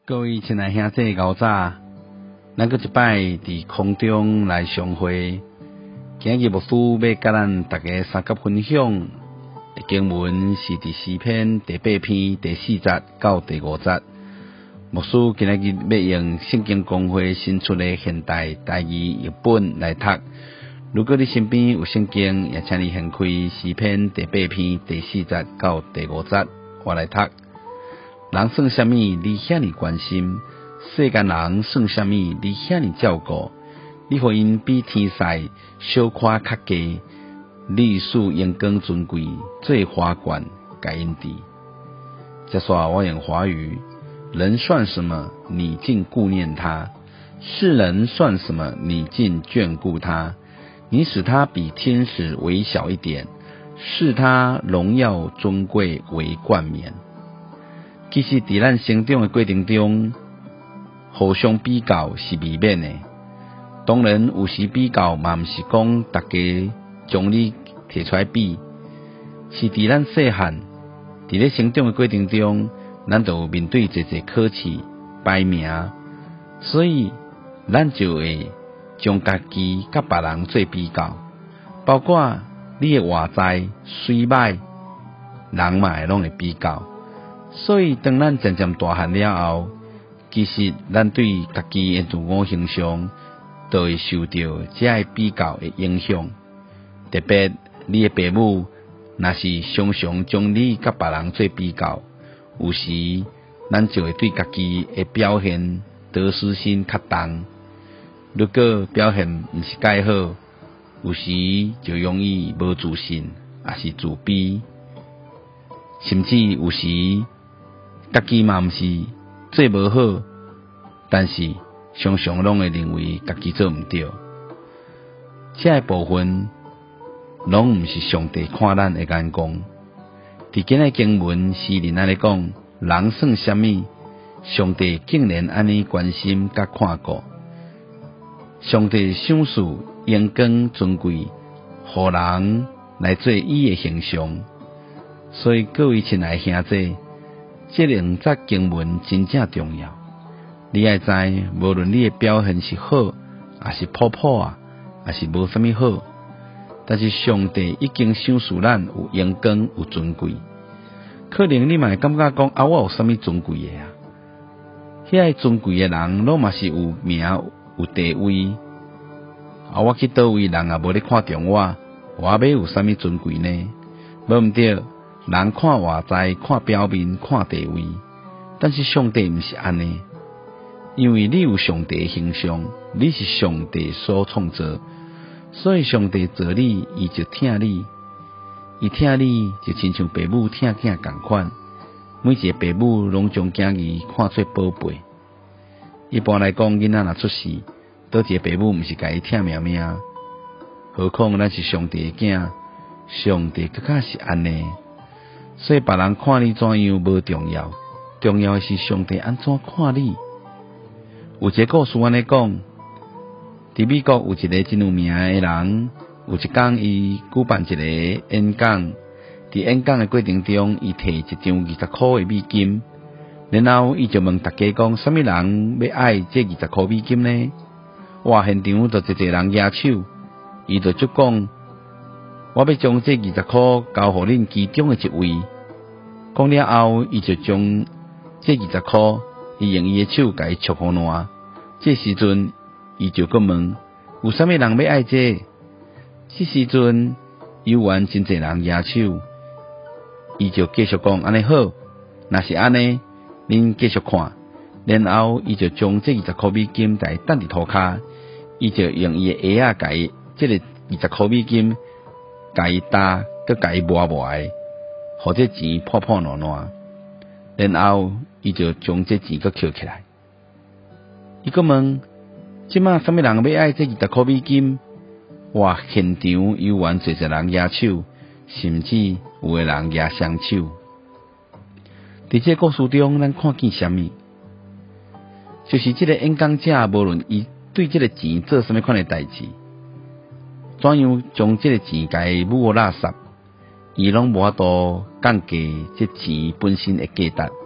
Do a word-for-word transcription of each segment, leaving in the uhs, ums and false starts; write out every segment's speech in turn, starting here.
各位亲爱兄弟牛仔，咱搁一摆伫空中来相会。今日牧师要甲咱大家三角分享的经文是伫诗篇第八篇第四节到第五节。牧师今日要用圣经公会新出的现代台语译本来读。如果你身边有圣经，也请你掀开诗篇第八篇第四节到第五节，我来读。人算什么？你遐尼关心；世间人算什么？你遐尼照顾。你互因比天使小看较低，你使阳光尊贵，最华冠该因地。接下来我用华语：人算什么？你竟顾念他；世人算什么？你竟眷顾他。你使他比天使微小一点，视他荣耀尊贵为冠冕。其实伫咱成长的过程中，互相比较是未免的。当然，有时比较嘛，毋是讲大家将你摕出来比，是伫咱细汉伫咧成长的过程中，咱就面对侪侪考试、排名，所以咱就会将家己甲别人做比较，包括你的外在、水歹，人嘛会拢会比较。所以，当咱渐渐大汉了后，其实咱对家己的自我形象，都会受到这个比较的影响。特别你的父母，若是常常将你甲别人做比较，有时咱就会对家己的表现得失心较重。如果表现毋是介好，有时就容易无自信，也是自卑，甚至有时家己嘛毋是做无好，但是常常拢会认为家己做毋对。这个部分拢毋是上帝看咱的眼光。伫今日经文，诗人安尼讲：人算什么？上帝竟然安尼关心甲看顾。上帝赏赐阳光尊贵，互人来做伊的形象。所以各位亲爱兄弟，这两节经文真正重要。你要知，无论你的表现是好，还是普普啊，还是无啥物好，但是上帝已经赏赐咱有阳光、有尊贵。可能你嘛会感觉讲啊，我有啥物尊贵的啊？遐个尊贵的人，拢嘛是有名有地位。啊，我去倒位，人也无咧看重我，我要有啥物尊贵呢？无毋对，人看外在、看表面、看地位，但是上帝毋是安尼。因为你有上帝的形象，你是上帝所创造，所以上帝造你，伊就疼你，伊疼你就亲像父母疼囝共款。每一个父母拢将囝儿看做宝贝。一般来讲，囡仔若出世，倒一个父母毋是家己疼命命，何况咱是上帝的囝，上帝更加是安尼。所以别人看你怎样无重要，重要的是上帝安怎看你。有一个故事安尼讲，伫美国有一个真有名的人，有一天伊举办一个演讲，伫演讲的过程中，伊摕一张二十箍的美金，然后伊就问大家讲：什么人要爱这二十箍美金呢？哇！现场就一个人举手，伊就就讲：我要将这二十箍交互恁其中的一位。讲了后，伊就将这二十箍，伊用伊的手甲伊戳互烂。这时阵，伊就搁问：有啥物人要爱这？这时阵，有缘真侪人举手，伊就继续讲：安尼好，若是安尼，恁继续看。然后，伊就将这二十箍美金在等伫涂骹，伊就用伊的鞋仔甲伊这个二十箍美金甲伊搭，搁甲伊磨磨的，互这钱破破烂烂。然后，伊就将这钱搁捡起来。伊搁问：即马啥物人要爱这二十箍美金？哇！现场有缘侪侪人举手，甚至有个人举双手。伫这故事中，咱看见什么？就是这个演讲者，无论伊对这个钱做什么款的代志，怎样将这个钱甲伊抹垃圾，伊拢无法度降低这钱本身的价值，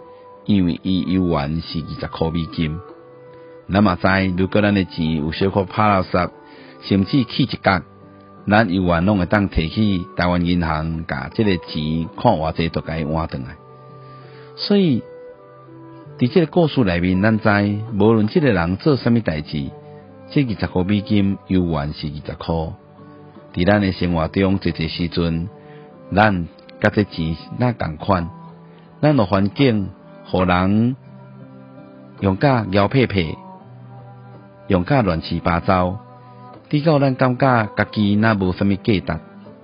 因为伊游玩是二十箍美金。咱嘛知，如果咱的钱有小可拍垃圾，甚至去一角，咱游玩拢会当摕去台湾银行，甲即个钱看偌济，就甲伊换转来。所以，伫即个故事内面，咱知无论即个人做啥物代志，这二十箍美金游玩是二十箍。伫咱的生活中，一一时阵，咱甲这钱哪共款？咱的环境，互人用甲摇屁屁，用甲乱七八糟，直到咱感觉家己若无啥物价值。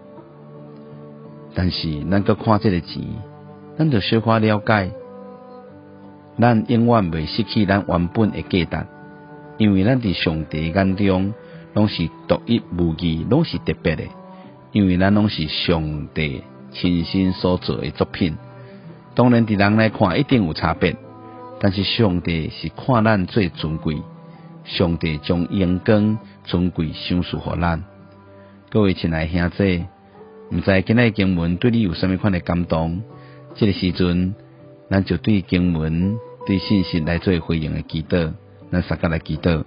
但是咱搁看这个钱，咱就小可了解，咱永远袂失去咱原本的价值，因为咱伫上帝眼中拢是独一无二，拢是特别的，因为咱拢是上帝亲身所做的作品。当然，伫人来看一定有差别，但是上帝是看咱最尊贵，上帝将荣光尊贵赏赐予咱。各位亲爱兄弟，毋知今日经文对你有啥物款的感动？这个时阵，咱就对经文、对信息来做回应的祈祷，咱三个来祈祷。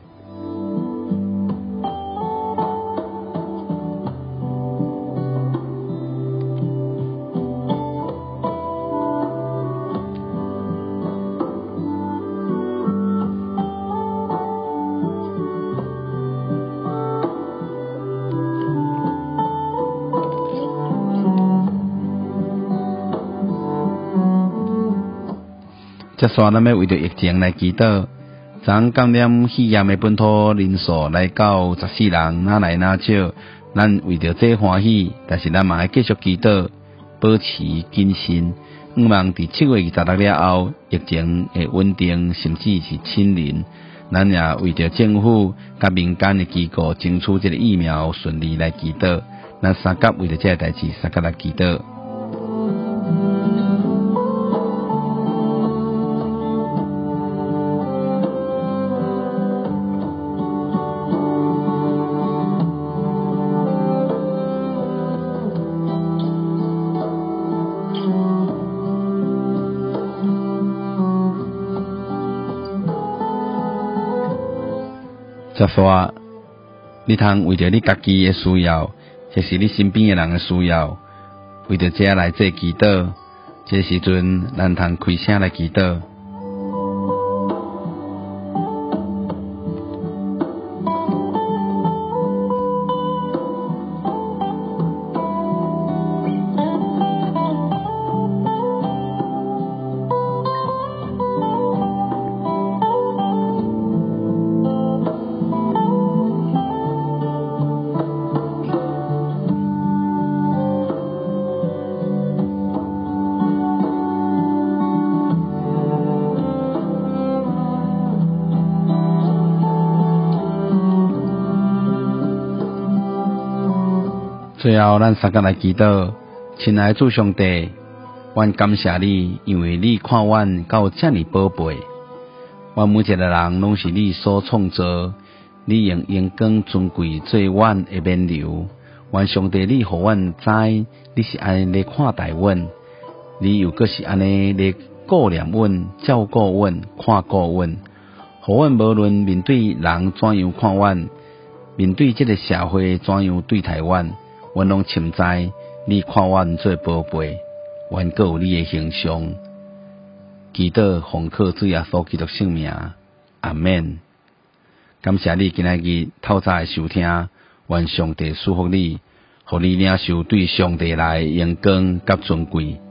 接续咱要为着疫情来祈祷，昨感染肺炎的本土人数来到十四人，哪来哪少，咱为着这欢喜，但是咱嘛要继续祈祷，保持谨慎，毋望伫七月二十六了后，疫情会稳定，甚至是清零。咱也为着政府甲民间的机构争取这个疫苗顺利来祈祷，咱三甲为着这个代志，三甲来祈祷。接续，你通为着你家己的需要，或是你身边的人的需要，为着这来做祈祷。这时阵，咱通开声来祈祷。最后，咱三个来祈祷，亲爱的主上帝，阮感谢你，因为你看阮到这么宝贝，阮每一个人拢是你所创造，你用阳光尊贵做阮的冕旒。愿上帝，你互阮知，你是安尼来看待阮，你又阁是安尼来顾念阮、照顾阮、看顾阮，互阮无论面对人怎样看阮，面对这个社会怎样对待阮。阮拢深知你看阮做宝贝，阮阁有你的形象。祈祷奉靠主耶稣基督圣名，阿免。感谢你今仔日透早的收听，愿上帝祝福你，互你领受对上帝来的荣光甲尊贵。